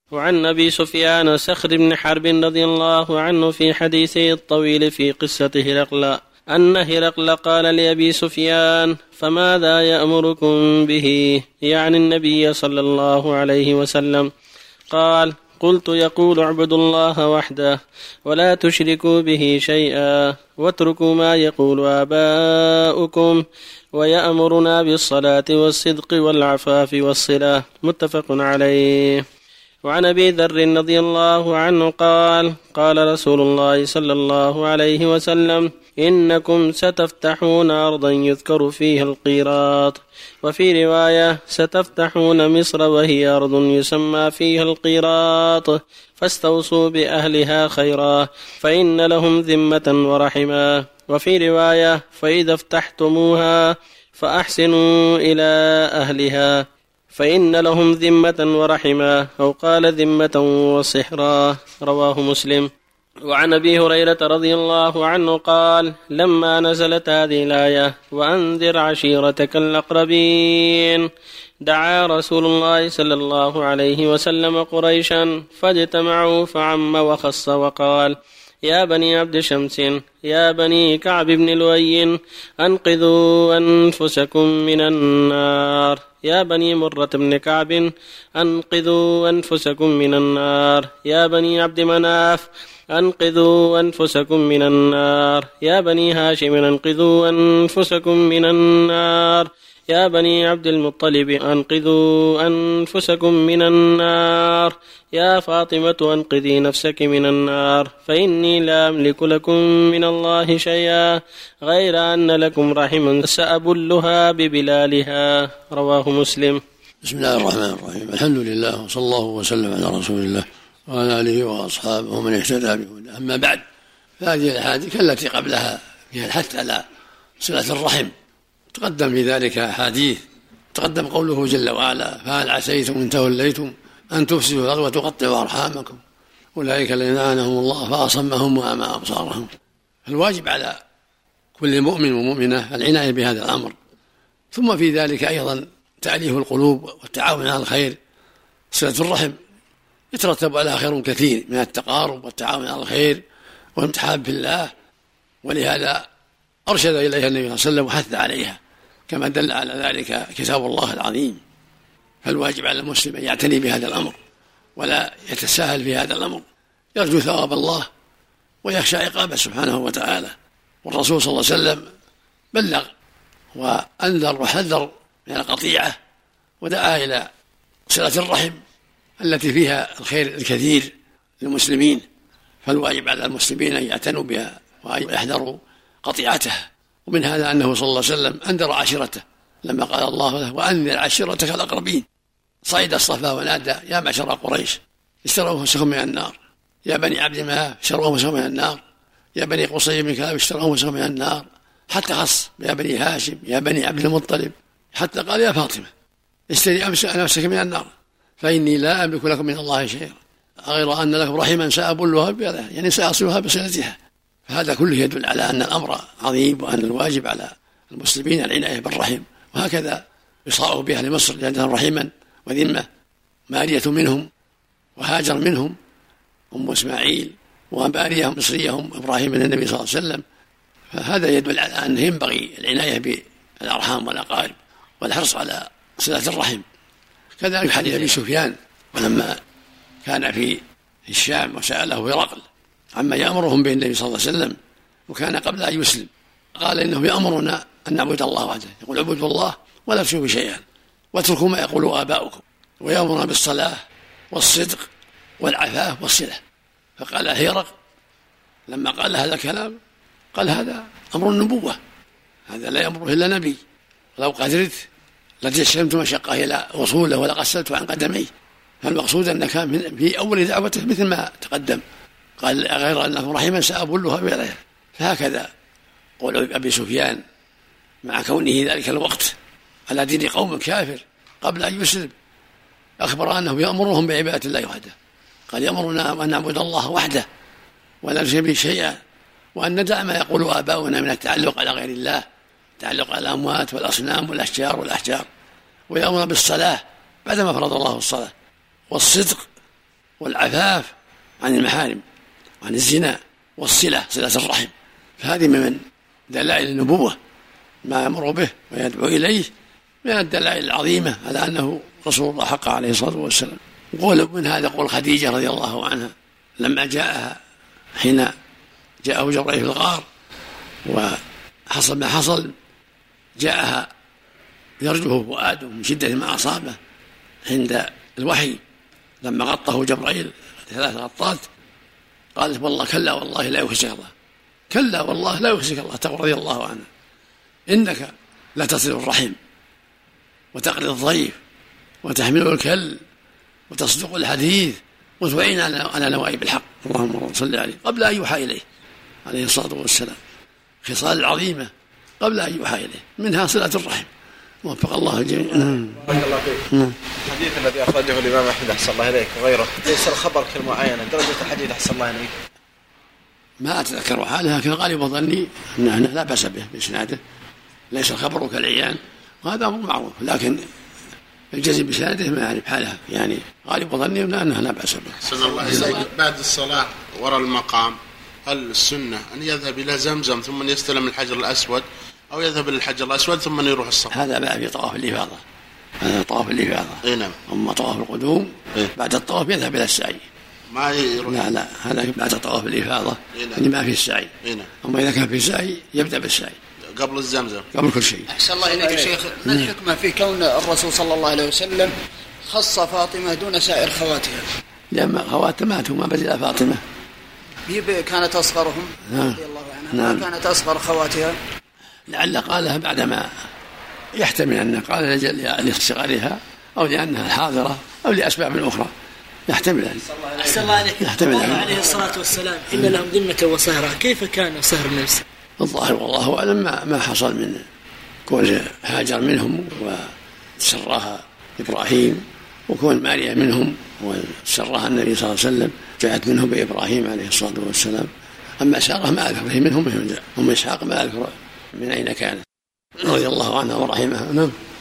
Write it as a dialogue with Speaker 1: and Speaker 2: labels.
Speaker 1: وعن أبي سفيان صخر بن حرب رضي الله عنه في حديثه الطويل في قصة هرقل أن هرقل قال لأبي سفيان: فماذا يأمركم به؟ يعني النبي صلى الله عليه وسلم. قال: قلت: يقول اعبدوا الله وحده ولا تشركوا به شيئا واتركوا ما يقول آباؤكم ويأمرنا بالصلاة والصدق والعفاف والصلة. متفق عليه. وعن أبي ذر رضي الله عنه قال: قال رسول الله صلى الله عليه وسلم: إنكم ستفتحون أرضا يذكر فيها القيراط. وفي رواية: ستفتحون مصر وهي أرض يسمى فيها القيراط، فاستوصوا بأهلها خيرا فإن لهم ذمة ورحما. وفي رواية: فإذا افتحتموها فأحسنوا إلى أهلها فإن لهم ذمة ورحما، أو قال ذمة وصحرا. رواه مسلم. وعن أبي هريرة رضي الله عنه قال: لما نزلت هذه الآية وأنذر عشيرتك الأقربين دعا رسول الله صلى الله عليه وسلم قريشا فاجتمعوا فعم وخص وقال: يا بني عبد شمس، يا بني كعب بن لؤي، أنقذوا أنفسكم من النار. يا بني مرة بن كعب، أنقذوا أنفسكم من النار. يا بني عبد مناف، أنقذوا أنفسكم من النار. يا بني هاشم، أنقذوا أنفسكم من النار. يا بني عبد المطلب، أنقذوا أنفسكم من النار. يا فاطمة، أنقذي نفسك من النار، فإني لا أملك لكم من الله شيئا غير أن لكم رحما سأبلها ببلالها. رواه مسلم.
Speaker 2: بسم الله الرحمن الرحيم. الحمد لله، وصلى الله وسلم على رسول الله وعلى آله وأصحابه ومن اهتدى بهداه. أما بعد، فهذه الأحاديث التي قبلها فيها الحث على صلة الرحم. تقدم في ذلك أحاديث، تقدم قوله جل وعلا: فهل عسيتم إن توليتم أن تفسدوا الأرض وتقطعوا أرحامكم أولئك الذين لعنهم الله فأصمهم وأعمى أبصارهم. الواجب على كل مؤمن ومؤمنة العناية بهذا الأمر. ثم في ذلك أيضا تأليف القلوب والتعاون على الخير. صلة الرحم يترتب على خير كثير من التقارب والتعاون على الخير والامتحان في الله، ولهذا أرشد إليها النبي صلى الله عليه وسلم وحث عليها، كما دل على ذلك كتاب الله العظيم. فالواجب على المسلم أن يعتني بهذا الأمر ولا يتساهل في هذا الأمر، يرجو ثواب الله ويخشى عقابه سبحانه وتعالى. والرسول صلى الله عليه وسلم بلغ وأنذر وحذر من القطيعة، ودعا إلى صلة الرحم التي فيها الخير الكثير للمسلمين. فالواجب على المسلمين أن يعتنوا بها وأن يحذروا قطيعتها. ومن هذا أنه صلى الله عليه وسلم أنذر عشيرته لما قال الله له: وأنذر عشيرتك الأقربين. صعد الصفا ونادى: يا معشر قريش، اشتروا أنفسكم من النار. يا بني عبد مناف، اشتروا أنفسكم من النار. يا بني قصي بن كلاب، اشتروا أنفسكم من النار. حتى خص: يا بني هاشم، يا بني عبد المطلب، حتى قال: يا فاطمة، اشتري نفسك من النار، فإني لا أملك لكم من الله شيئا غير أن لكم رحما سأبلها بها، يعني سأصلها بصلتها. فهذا كله يدل على أن الأمر عظيم، وأن الواجب على المسلمين العناية بالرحم. وهكذا يصاعوا بأهل مصر لأنهم رحما وذمة. مارية منهم وهاجر منهم، أم إسماعيل، ومارية مصرية هم إبراهيم من النبي صلى الله عليه وسلم. فهذا يدل على أنه ينبغي العناية بالأرحام والأقارب والحرص على صلة الرحم. كذلك حديث أبي سفيان ولما كان في الشام وسأله هرقل عما يأمرهم به النبي صلى الله عليه وسلم، وكان قبل أن يسلم، قال: إنه يأمرنا أن نعبد الله وحده، يقول: اعبدوا الله ولا تشركوا شيئا واتركوا ما يقول آباؤكم، ويأمرنا بالصلاة والصدق والعفاف والصلة. فقال هرقل لما قال هذا الكلام، قال: هذا أمر النبوة، هذا لا يأمره إلا نبي، لو قدرت لتجسمت مشقة إلى وصوله ولغسلت عن قدميه. فالمقصود أن كان في أول دعوته مثل ما تقدم، قال: غير أنه رحما سأبلها بيده. فهكذا قول أبي سفيان مع كونه ذلك الوقت على دين قوم كافر قبل أن يسلم، أخبر أنه يأمرهم بعبادة الله وحده. قال: يأمرنا أن نعبد الله وحده ولا نشرك به شيئا، وأن ندع ما يقول آباؤنا من التعلق على غير الله، التعلق على الأموات والأصنام والأشجار والأحجار. ويأمر بالصلاة بعدما فرض الله الصلاة، والصدق والعفاف عن المحارم وعن الزنا والصلة، صلة الرحم. فهذه من دلائل النبوة ما يأمر به ويدعو إليه من الدلائل العظيمة على أنه رسول الله حق عليه الصلاة والسلام. قول من هذا قول خديجة رضي الله عنها لما جاءها حين جاءه جبرائيل في الغار وحصل ما حصل، جاءها يرجفه فؤاده من شدة ما أصابه عند الوحي لما غطه جبرائيل 3 غطات، قالت والله كلا والله لا يخزيك الله، كلا والله لا يخزيك الله. تقول رضي الله عنها إنك لا تصل الرحم وتقرض الضيف وتحمل الكل وتصدق الحديث وتعين على نوائب الحق، اللهم صل عليه، قبل أن يوحى إليه عليه الصلاة والسلام. خصال عظيمة قبل أن يوحى إليه، منها صلة الرحم. وفق الله الجميع.
Speaker 3: بارك الله فيك. الحديث الذي أخرجه الإمام أحمد أحسن الله إليك وغيره ليس الخبر كالمعاينة، درجة الحديث أحسن الله إليك
Speaker 2: ما أتذكر حالها، لكن غالب ظني أنه لا بأس به بإسناده، ليس الخبر كالعيان، وهذا أمر معروف، لكن الجزم بإسناده ما يعرف حالها، يعني غالب ظني أنها لا بأس به.
Speaker 4: أحسن الله إليك. بعد الصلاة وراء المقام هل السنة أن يذهب إلى زمزم ثم يستلم الحجر الأسود، أو يذهب إلى الحجر الأسود ثم يروح الصف؟
Speaker 2: هذا بقى في طواف الإفاضة، هذا طواف الإفاضة.
Speaker 4: نعم.
Speaker 2: أما طواف القدوم بعد الطواف يذهب إلى السعي،
Speaker 4: ما يروح.
Speaker 2: لا هذا بعد طواف الإفاضة اللي ما في السعي. أما إذا كان في السعي يبدأ بالسعي
Speaker 4: قبل الزمزم،
Speaker 2: قبل كل شيء.
Speaker 5: أحسن الله إليك يا شيخ. ما الحكمة في كون الرسول صلى الله عليه وسلم خص فاطمة دون سائر خواتها؟
Speaker 2: لما خواتها ماتوا ما بدأ فاطمة،
Speaker 5: هي كانت أصغرهم رضي الله عنها. ما كانت أصغر خواتها،
Speaker 2: لعل قالها بعدما يحتمل أنه قال لصغرها أو لأنها حاضرة أو لأسباب أخرى، يحتمل أن
Speaker 6: أحسن الله عليك. عليه الصلاة والسلام إن لهم ذمة وصهرة، كيف كان صهر النفس؟
Speaker 2: الظاهر والله أعلم ما حصل من كون هاجر منهم وسراها إبراهيم، وكون ماريا منهم وسراها النبي صلى الله عليه وسلم جاءت منهم بإبراهيم عليه الصلاة والسلام. أما سارة ما أذكر منهم، أم إسحاق ما أذكر من أين كانت رضي الله عنها ورحمها. نعم.